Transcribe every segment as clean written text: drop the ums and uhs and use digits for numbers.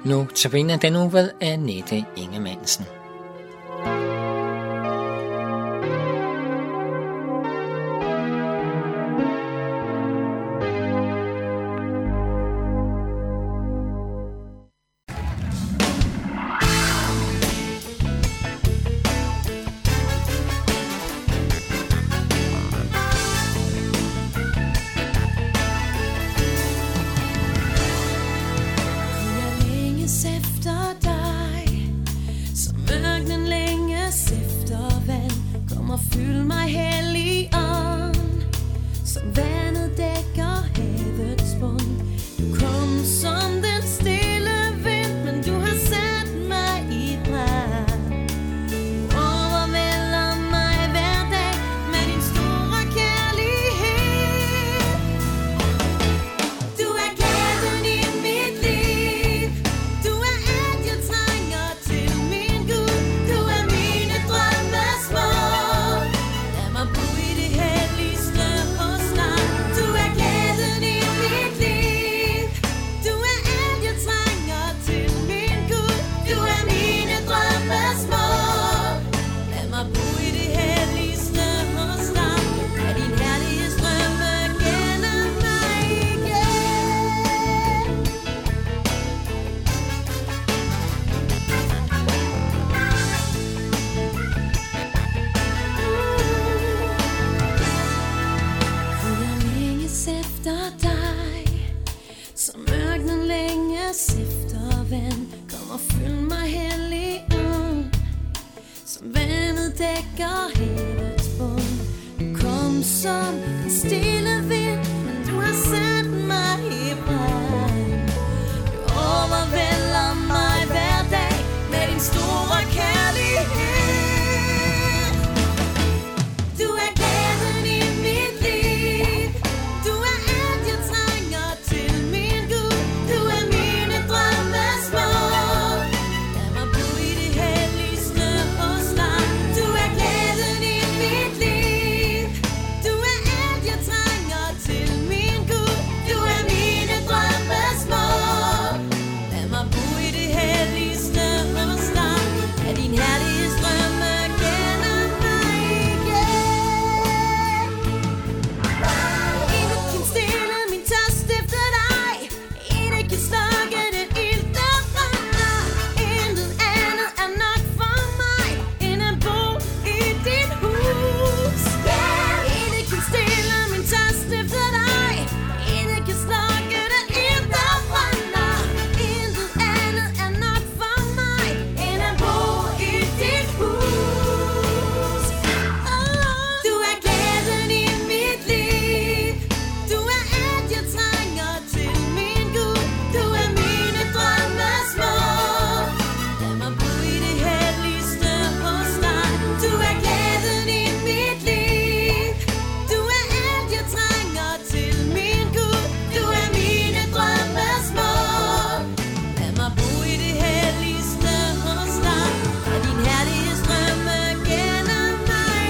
Nu tabiner den uge ved Annette Ingemansen. Fyld mig, hellig ånd, som vandet dækker havets bund. Du kom som den stille vind, men du har sat mig i brand. Du overvælder mig hver dag med din store kærlighed. Du er glæden i mit liv, du er alt jeg trænger til, min Gud. Du er mine drømmes mål. Efter vand, kom og fyld mig, hellig ånd, som vandet dækker havets bund. Du kom som en stille vind, men du har sat mig i brand. Du overvælder mig hver dag med din store kærlighed. Du er glæden i mit liv, du er alt jeg trænger til, min Gud. Du er mine drømmes mål. Lad mig bo i det helligste hos dig. Du er glæden i mit liv, du er alt jeg trænger til, min Gud. Du er mine drømmes mål. Lad mig bo i det helligste hos dig. Lad din herlighedsdrømme kende mig igen. Intet kan stille min tørst efter dig, intet kan slukke den ild, der brænder. Intet andet er nok for mig, end at bo i dit hus. Intet kan stille min tørst efter dig, intet kan slukke den ild, der brænder. Intet andet er nok for mig, end at bo i dit hus. Du er glæden i mit liv, du er alt jeg trænger til, min Gud. Du er mine drømmes mål. Lad mig bo i det helligste hos dig. Du er glæden i mit liv, du er alt jeg trænger til, min Gud. Du er mine drømmes mål. Lad mig bo i det helligste hos dig. Lad din herlighedsdrømme kende mig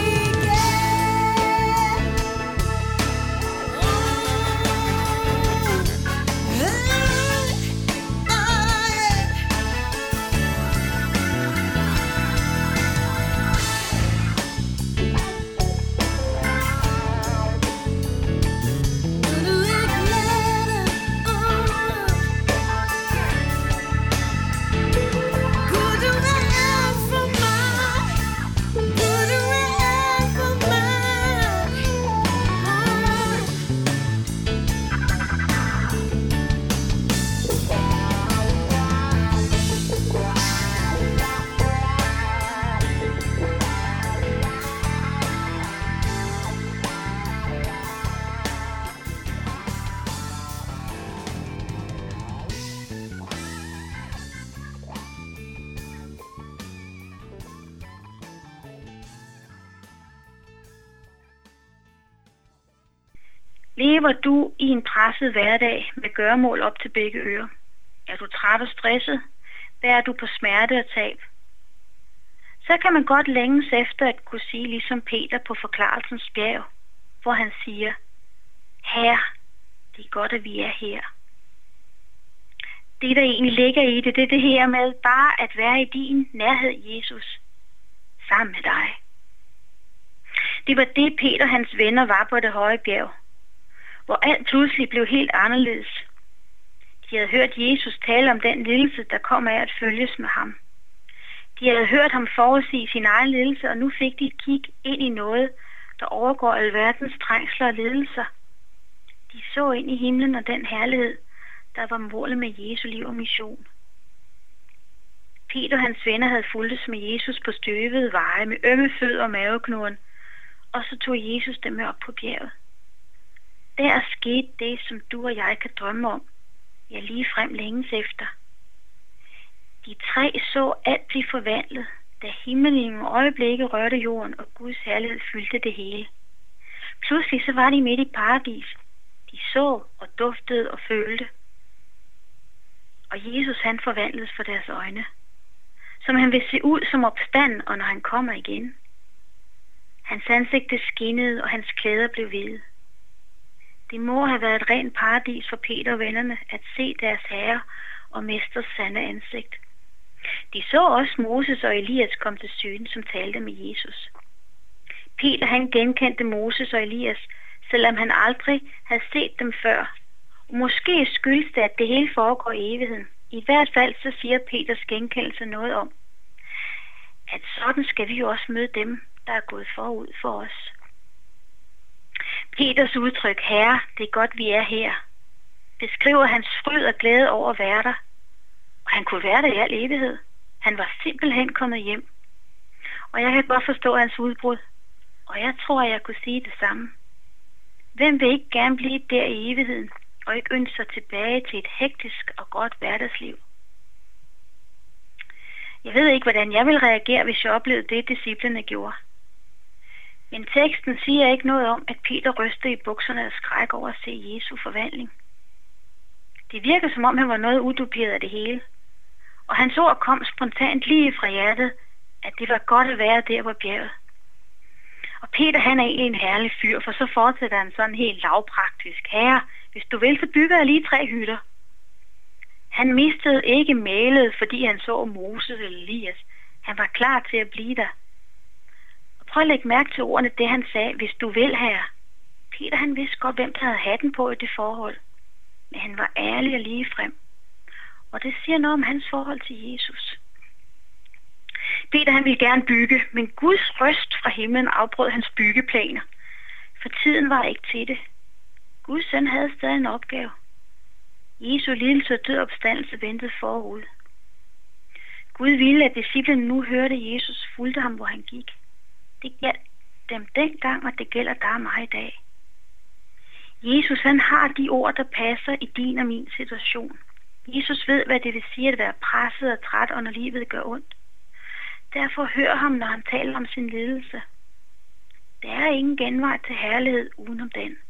Lever du i en presset hverdag med gøremål op til begge ører? Er du træt og stresset? Bærer du på smerte og tab? Så kan man godt længes efter at kunne sige ligesom Peter på forklarelsens bjerg, hvor han siger: Herre, det er godt, at vi er her. Det, der egentlig ligger i det, det er det her med bare at være i din nærhed, Jesus, sammen med dig. Det var det, Peter og hans venner var på det høje bjerg, hvor alt pludselig blev helt anderledes. De havde hørt Jesus tale om den lidelse, der kom af at følges med ham. De havde hørt ham forudsige sin egen lidelse, og nu fik de et kig ind i noget, der overgår alverdens trængsler og lidelser. De så ind i himlen og den herlighed, der var målet med Jesu liv og mission. Peter og hans venner havde fulgtes med Jesus på støvede veje med ømme fødder og maveknurren, og så tog Jesus dem med op på bjerget. Der skete det, som du og jeg kan drømme om, ja lige frem længes efter. De tre så alt blive forvandlet, da himlen i nogle øjeblikke rørte jorden, og Guds herlighed fyldte det hele. Pludselig så var de midt i paradis. De så og duftede og følte. Og Jesus han forvandledes for deres øjne, som han vil se ud som opstanden, og når han kommer igen. Hans ansigte skinnede, og hans klæder blev hvide. Det må have været et rent paradis for Peter og vennerne at se deres herre og mesters sande ansigt. De så også Moses og Elias komme til syne, som talte med Jesus. Peter han genkendte Moses og Elias, selvom han aldrig havde set dem før. Og måske skyldes det, at det hele foregår i evigheden. I hvert fald så siger Peters genkendelse noget om, at sådan skal vi jo også møde dem, der er gået forud for os. Peters udtryk, Herre, det er godt, vi er her, beskriver hans fryd og glæde over at være der. Og han kunne være der i al evighed. Han var simpelthen kommet hjem. Og jeg kan godt forstå hans udbrud. Og jeg tror, at jeg kunne sige det samme. Hvem vil ikke gerne blive der i evigheden, og ikke ønske sig tilbage til et hektisk og godt hverdagsliv? Jeg ved ikke, hvordan jeg ville reagere, hvis jeg oplevede det, disciplene gjorde. Men teksten siger ikke noget om, at Peter rystede i bukserne af skræk over at se Jesu forvandling. Det virker, som om han var noget uduperet af det hele. Og hans ord kom spontant lige fra hjertet, at det var godt at være der på bjerget. Og Peter han er egentlig en herlig fyr, for så fortsætter han sådan helt lavpraktisk. Herre, hvis du vil, så bygger jeg lige 3 hytter. Han mistede ikke mælet, fordi han så Moses eller Elias. Han var klar til at blive der. Og prøv at lægge mærke til ordene, det han sagde, hvis du vil, herre. Peter han vidste godt, hvem der havde hatten på i det forhold. Men han var ærlig og ligefrem. Og det siger noget om hans forhold til Jesus. Peter han ville gerne bygge, men Guds røst fra himlen afbrød hans byggeplaner. For tiden var ikke til det. Guds søn havde stadig en opgave. Jesu lidelse og død opstandelse ventede forud. Gud ville, at disciplene nu hørte Jesus, fulgte ham, hvor han gik. Det gjaldt dem dengang, og det gælder dig og mig i dag. Jesus han har de ord, der passer i din og min situation. Jesus ved, hvad det vil sige at være presset og træt, og når livet gør ondt. Derfor hør ham, når han taler om sin lidelse. Der er ingen genvej til herlighed uden om den.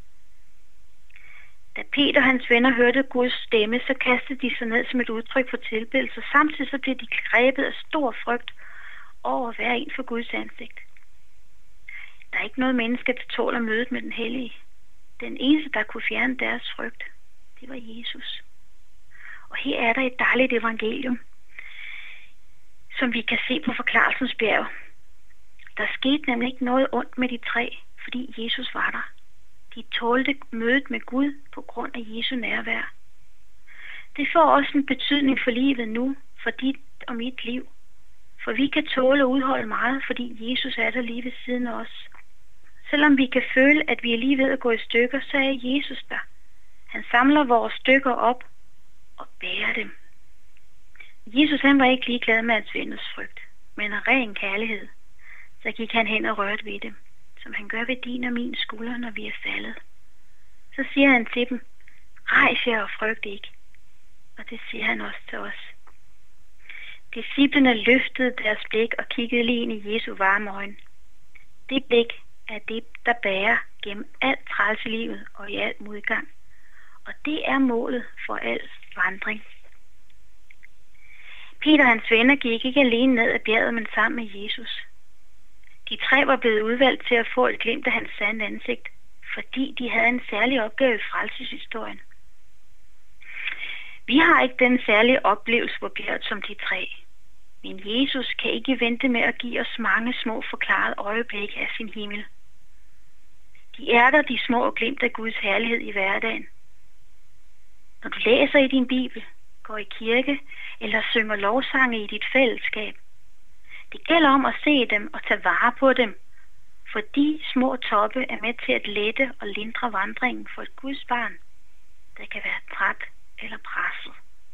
Da Peter og hans venner hørte Guds stemme, så kastede de sig ned som et udtryk for tilbedelse. Samtidig så blev de grebet af stor frygt over at være en for Guds ansigt. Der er ikke noget menneske, der tåler mødet med den hellige. Den eneste, der kunne fjerne deres frygt, det var Jesus. Og her er der et dejligt evangelium, som vi kan se på forklarelsens bjerg. Der skete nemlig ikke noget ondt med de 3, fordi Jesus var der. De tålte mødet med Gud på grund af Jesu nærvær. Det får også en betydning for livet nu, for dit og mit liv. For vi kan tåle og udholde meget, fordi Jesus er der lige ved siden af os. Selvom vi kan føle, at vi er lige ved at gå i stykker, så er Jesus der. Han samler vores stykker op og bærer dem. Jesus han var ikke ligeglad med hans venners frygt, men af ren kærlighed. Så gik han hen og rørte ved dem, som han gør ved din og min skulder, når vi er faldet. Så siger han til dem, rejs jer og frygt ikke. Og det siger han også til os. Disciplene løftede deres blik og kiggede lige ind i Jesu varme øjne. Det blik er det, der bærer gennem alt træls i livet og i al modgang. Og det er målet for al vandring. Peter og hans venner gik ikke alene ned ad bjerget, men sammen med Jesus. De 3 var blevet udvalgt til at få et glimt af hans sande ansigt, fordi de havde en særlig opgave i frelseshistorien. Vi har ikke den særlige oplevelse på bjerget som de 3. Men Jesus kan ikke vente med at give os mange små forklarede øjeblikke af sin himmel. De er der, de små og glimt af Guds herlighed i hverdagen. Når du læser i din Bibel, går i kirke eller synger lovsange i dit fællesskab, det gælder om at se dem og tage vare på dem, for de små toppe er med til at lette og lindre vandringen for et Guds barn, der kan være træt eller presset.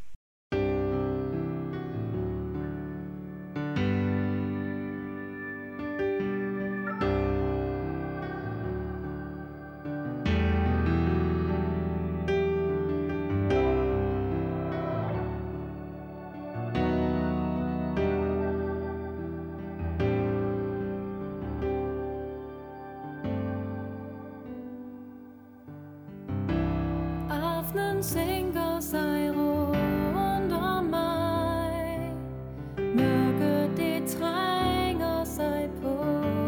Aftenen sænker sig rundt om mig. Mørket det trænger sig på.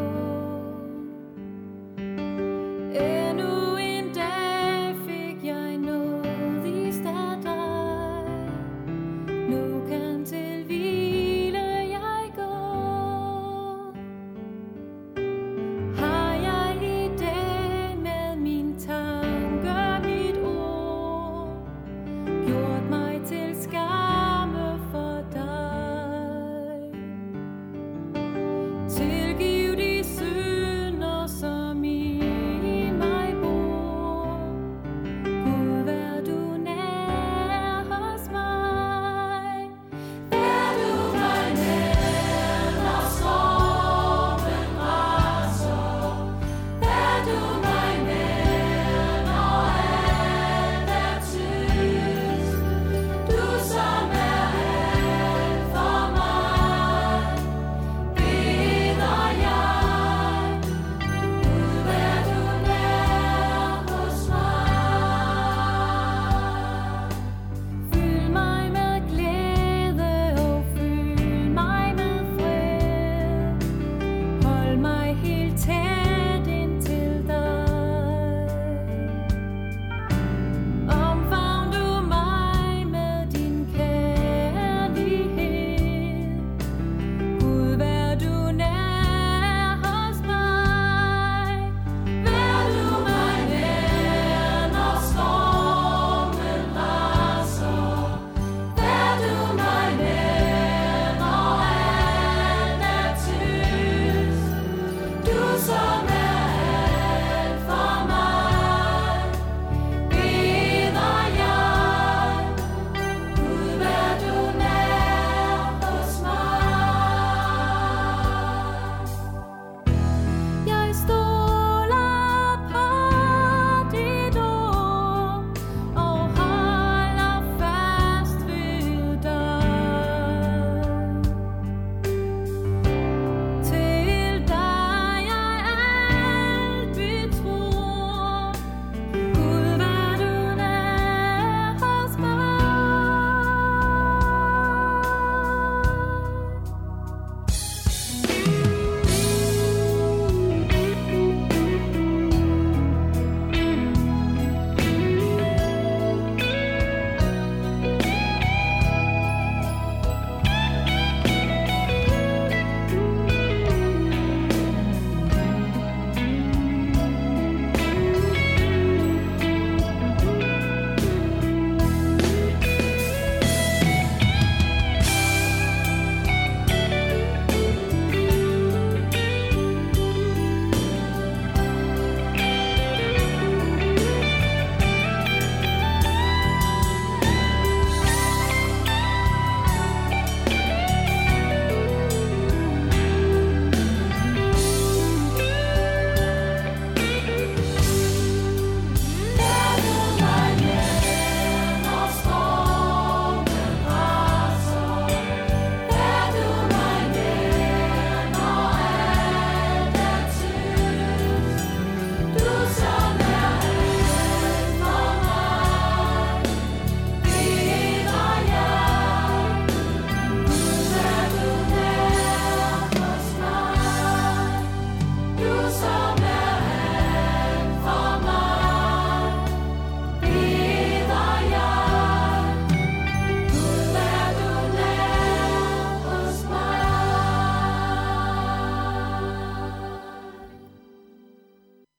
Endnu en dag fik jeg nådigst af dig. Nu kan til hvile jeg gå. Har jeg i dag med min tanke, mit ord, gjort mig til skamme for dig. Tilgiv de synder, som i mig bor. Gud, vær du nær hos mig. Vær du mig nær, når stormen raser. Vær du mig nær, når alt er tyst. Du som er alt for mig, beder jeg. Gud, vær du nær hos mig. Fyld mig med glæde og fyld mig med fred. Hold mig helt tæt ind til dig. Omfavn du mig med din kærlighed. Gud, vær du nær hos mig. Vær du mig nær, når stormen raser. Vær du mig nær, når alt er tyst. Du som